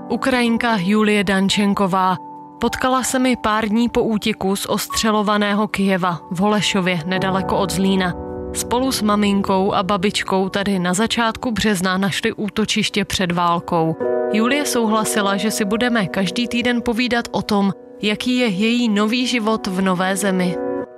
Ukrajinka Julie Dančenková. Potkala se mi pár dní po útěku z ostřelovaného Kyjeva v Holešově nedaleko od Zlína. Spolu s maminkou a babičkou tady na začátku března našli útočiště před válkou. Julie souhlasila, že si budeme každý týden povídat o tom, jaký je její nový život v nové zemi.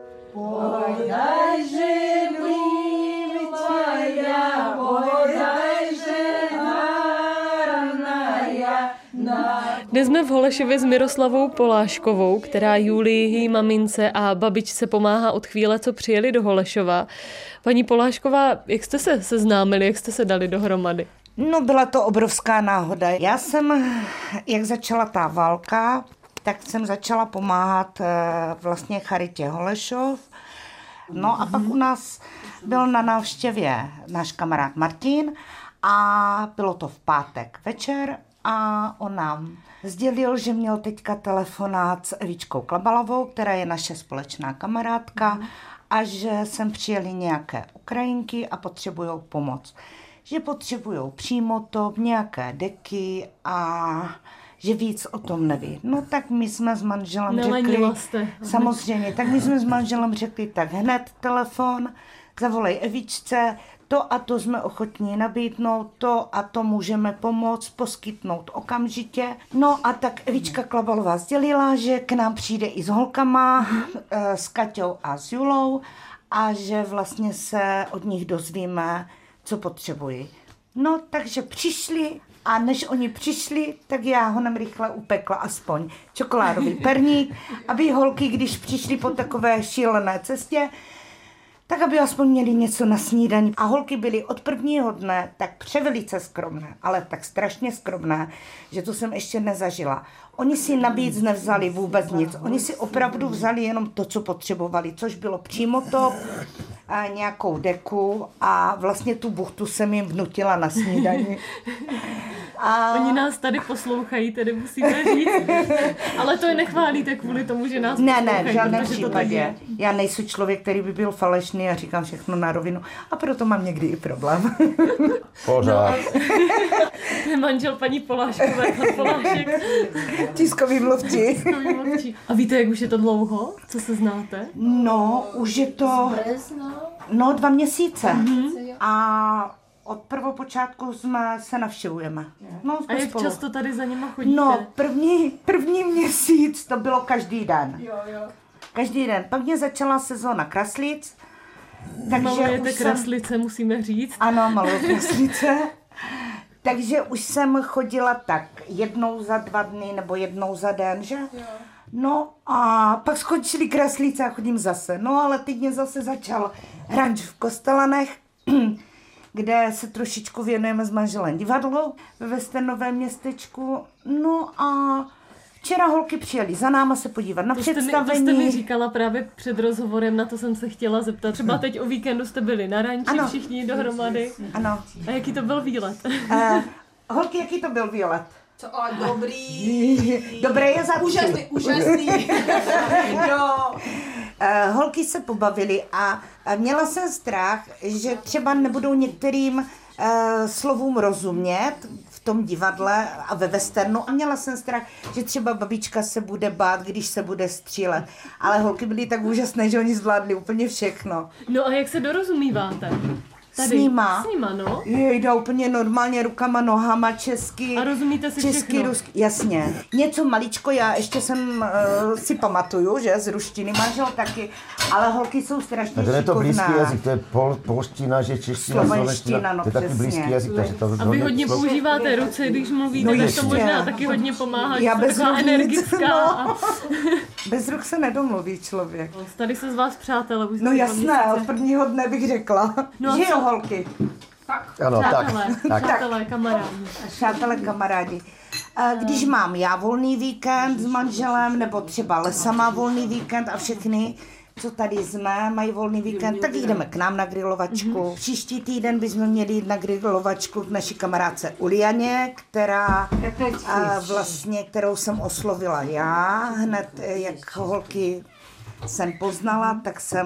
Dnes jsme v Holešově s Miroslavou Poláškovou, která Julii, její mamince a babičce pomáhá od chvíle, co přijeli do Holešova. Paní Polášková, jak jste se seznámili, jak jste se dali dohromady? No, byla to obrovská náhoda. Já jsem, jak začala ta válka, tak jsem začala pomáhat vlastně charitě Holešov. No a pak u nás byl na návštěvě náš kamarád Martin a bylo to v pátek večer a on nám sdělil, že měl teďka telefonát s Evičkou Klabalovou, která je naše společná kamarádka, a že sem přijeli nějaké Ukrajinky a potřebují pomoc. Že potřebují přímo to, nějaké deky a že víc o tom neví. No tak my jsme s manželem řekli, samozřejmě, tak my jsme s manželem řekli, tak hned telefon, zavolej Evičce, to a to jsme ochotní nabídnout, to a to můžeme pomoct, poskytnout okamžitě. No a tak Evička Klabalová sdělila, že k nám přijde i s holkama, s Kaťou a s Julou a že vlastně se od nich dozvíme, co potřebují. No takže přišli a než oni přišli, tak já honem rychle upekla aspoň čokoládový perník, aby holky, když přišli po takové šílené cestě, tak aby aspoň měli něco na snídani. A holky byly od prvního dne tak převelice skromné, ale tak strašně skromné, že to jsem ještě nezažila. Oni si navíc nevzali vůbec nic. Oni si opravdu vzali jenom to, co potřebovali, což bylo přímo to, a nějakou deku a vlastně tu buchtu jsem jim vnutila na snídani. A... Oni nás tady poslouchají, tedy musíme říct. Ale to je nechválíte kvůli tomu, že nás poslouchají. Ne, v žádném případě. Já nejsem člověk, který by byl falešný a říkám všechno na rovinu. A proto mám někdy i problém. Pořád. To je manžel paní Poláškové, pan Polášek. Tiskový mluvčí. A víte, jak už je to dlouho? Co se znáte? No, už je to... No, 2 měsíce. A od prvopočátku se navštěvujeme. No, a jak spolu. Často tady za nima chodíte? No, první měsíc to bylo každý den. Jo. Každý den. Pak mě začala sezóna kraslic. Malujete kraslice, musíme říct. Ano, maluju kraslice. Takže už jsem chodila tak jednou za 2 dny nebo jednou za den, že? Jo. No a pak skončily kraslice a chodím zase. No ale teď mě zase začal ranč v Kostelanech, kde se trošičku věnujeme s manželem divadlu ve Westernovém městečku. No a včera holky přijeli za náma se podívat na představení. To jste mi říkala právě před rozhovorem, na to jsem se chtěla zeptat. Třeba teď o víkendu jste byli na ranči, ano, všichni dohromady. Ano. A jaký to byl výlet? Holky, jaký to byl výlet? Co, ale dobrý. Dobré je za úžasný. Jo. Holky se pobavily a měla jsem strach, že třeba nebudou některým slovům rozumět v tom divadle a ve westernu. A měla jsem strach, že třeba babička se bude bát, když se bude střílet. Ale holky byly tak úžasné, že oni zvládli úplně všechno. No a jak se dorozumíváte? Tady. S nima, no? Jde úplně normálně rukama, nohama, česky. A rozumíte si česky, všechno? Rusky, jasně. Něco maličko, já ještě jsem si pamatuju, že z ruštiny, manžel taky, ale holky jsou strašně šikovná. Je to blízký jazyk, to je polština, že čeština, slovenština, no, to je taky blízký jazyk, takže to... A vy hodně používáte ruce, když mluvíte, no, tak to možná taky hodně pomáhá, já že taková energická. No. Bez ruch se nedomluví člověk. Tady se z vás přátelé. No jasné, od prvního dne bych řekla, no, že jo, holky. Tak. Ano, přátelé, kamarádi. Přátelé, kamarádi. Když mám já volný víkend s manželem, nebo třeba Lesa má volný víkend a všechny, co tady jsme, mají volný víkend, tak jdeme k nám na grilovačku. Příští týden bychom měli jít na grilovačku k naší kamarádce Ulianě, kterou jsem oslovila já. Hned, jak holky jsem poznala, tak jsem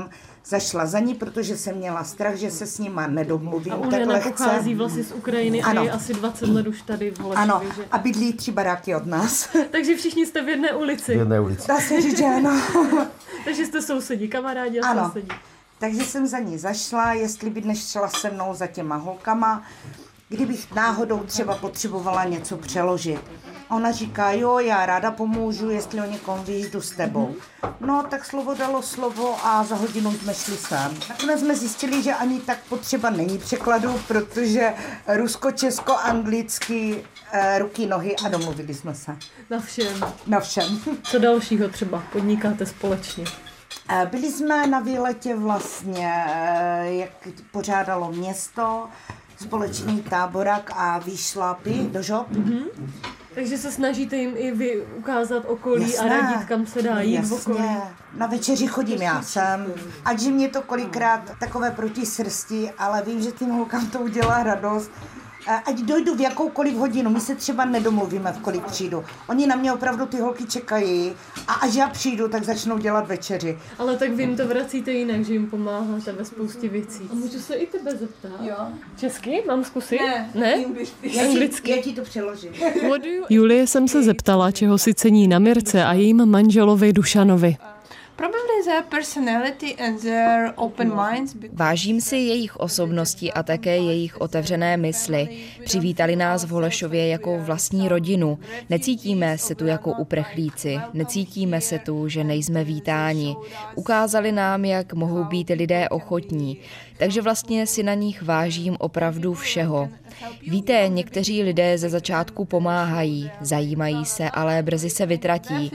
zašla za ní, protože jsem měla strach, že se s nima nedomluvím A tak Uliana lehce. pochází vlastně z Ukrajiny a je asi 20 let už tady v Holešově, Ano, že? a bydlí 3 baráky od nás. Takže všichni jste v jedné ulici. V jedné ulici. Dá se říct, že ano. Takže jste sousedí, kamarádi a Ano. sousedí. Takže jsem za ní zašla, jestli by dnes šla se mnou za těma holkama, kdybych náhodou třeba potřebovala něco přeložit. Ona říká, jo, já ráda pomůžu, jestli o někom víš, jdu s tebou. No, tak slovo dalo slovo a za hodinu jsme šli sem. Nakonec jsme zjistili, že ani tak potřeba není překladu, protože rusko-česko-anglicky ruky, nohy a domluvili jsme se. Na všem. Na všem. Co dalšího třeba podnikáte společně? Byli jsme na výletě vlastně, jak pořádalo město, společný táborak a výšlapy do žob. Takže se snažíte jim i vy ukázat okolí Jasné. a radit, kam se dá jít v okolí. Jasně. Na večeři chodím já sem, ať že mě to kolikrát takové proti srsti, ale vím, že tím holkám to udělá radost. Ať dojdu v jakoukoliv hodinu, my se třeba nedomluvíme, v kolik přijdu. Oni na mě opravdu ty holky čekají a až já přijdu, tak začnou dělat večeři. Ale tak vy jim to vracíte jinak, že jim pomáháte ve spoustě věcí. A můžu se i tebe zeptat? Jo. Česky? Mám zkusit? Ne? Anglicky? Já ti to přeložím. Julie jsem se zeptala, čeho si cení na Mirce a jejím manželovi Dušanovi. Probably their personality and their open minds. Vážím si jejich osobnosti a také jejich otevřené mysli. Přivítali nás v Holešově jako vlastní rodinu. Necítíme se tu jako uprchlíci, necítíme se tu, že nejsme vítáni. Ukázali nám, jak mohou být lidé ochotní. Takže vlastně si na nich vážím opravdu všeho. Víte, někteří lidé ze začátku pomáhají, zajímají se, ale brzy se vytratí.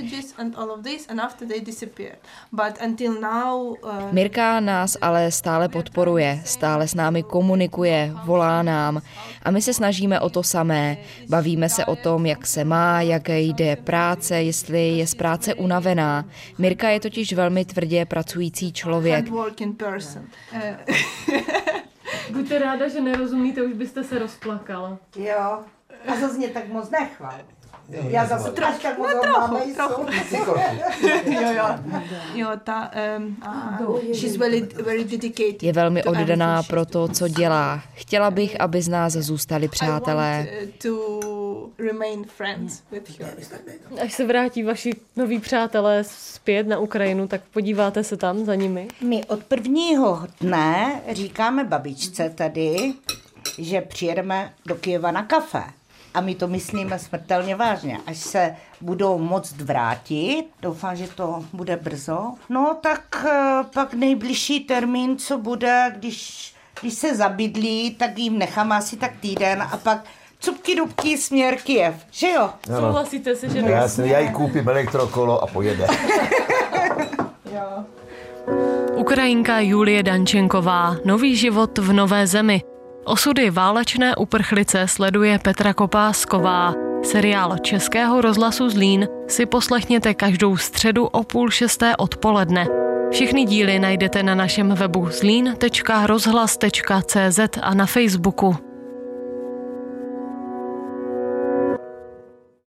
Mirka nás ale stále podporuje, stále s námi komunikuje, volá nám a my se snažíme o to samé. Bavíme se o tom, jak se má, jak jde práce, jestli je z práce unavená. Mirka je totiž velmi tvrdě pracující člověk. Buďte ráda, že nerozumíte, už byste se rozplakala. Jo, a zase mě tak moc nechval. Já zase až tak moc trochu. She's very dedicated. Je velmi oddaná pro to, co dělá. Chtěla bych, aby z nás zůstali přátelé. Až se vrátí vaši noví přátelé zpět na Ukrajinu, tak podíváte se tam za nimi? My od prvního dne říkáme babičce tady, že přijedeme do Kyjeva na kafe. A my to myslíme smrtelně vážně. Až se budou moct vrátit, doufám, že to bude brzo, no tak pak nejbližší termín, co bude, když se zabydlí, tak jim necháme asi tak týden a pak cupky dubky směr Kyjev, že jo? Souhlasíte se, že Já jí koupím elektrokolo a pojede. Ukrajinka Julie Dančenková, nový život v nové zemi. Osudy válečné uprchlice sleduje Petra Kopásková. Seriál Českého rozhlasu Zlín si poslechněte každou středu o 5:30 odpoledne. Všechny díly najdete na našem webu zlín.rozhlas.cz a na Facebooku.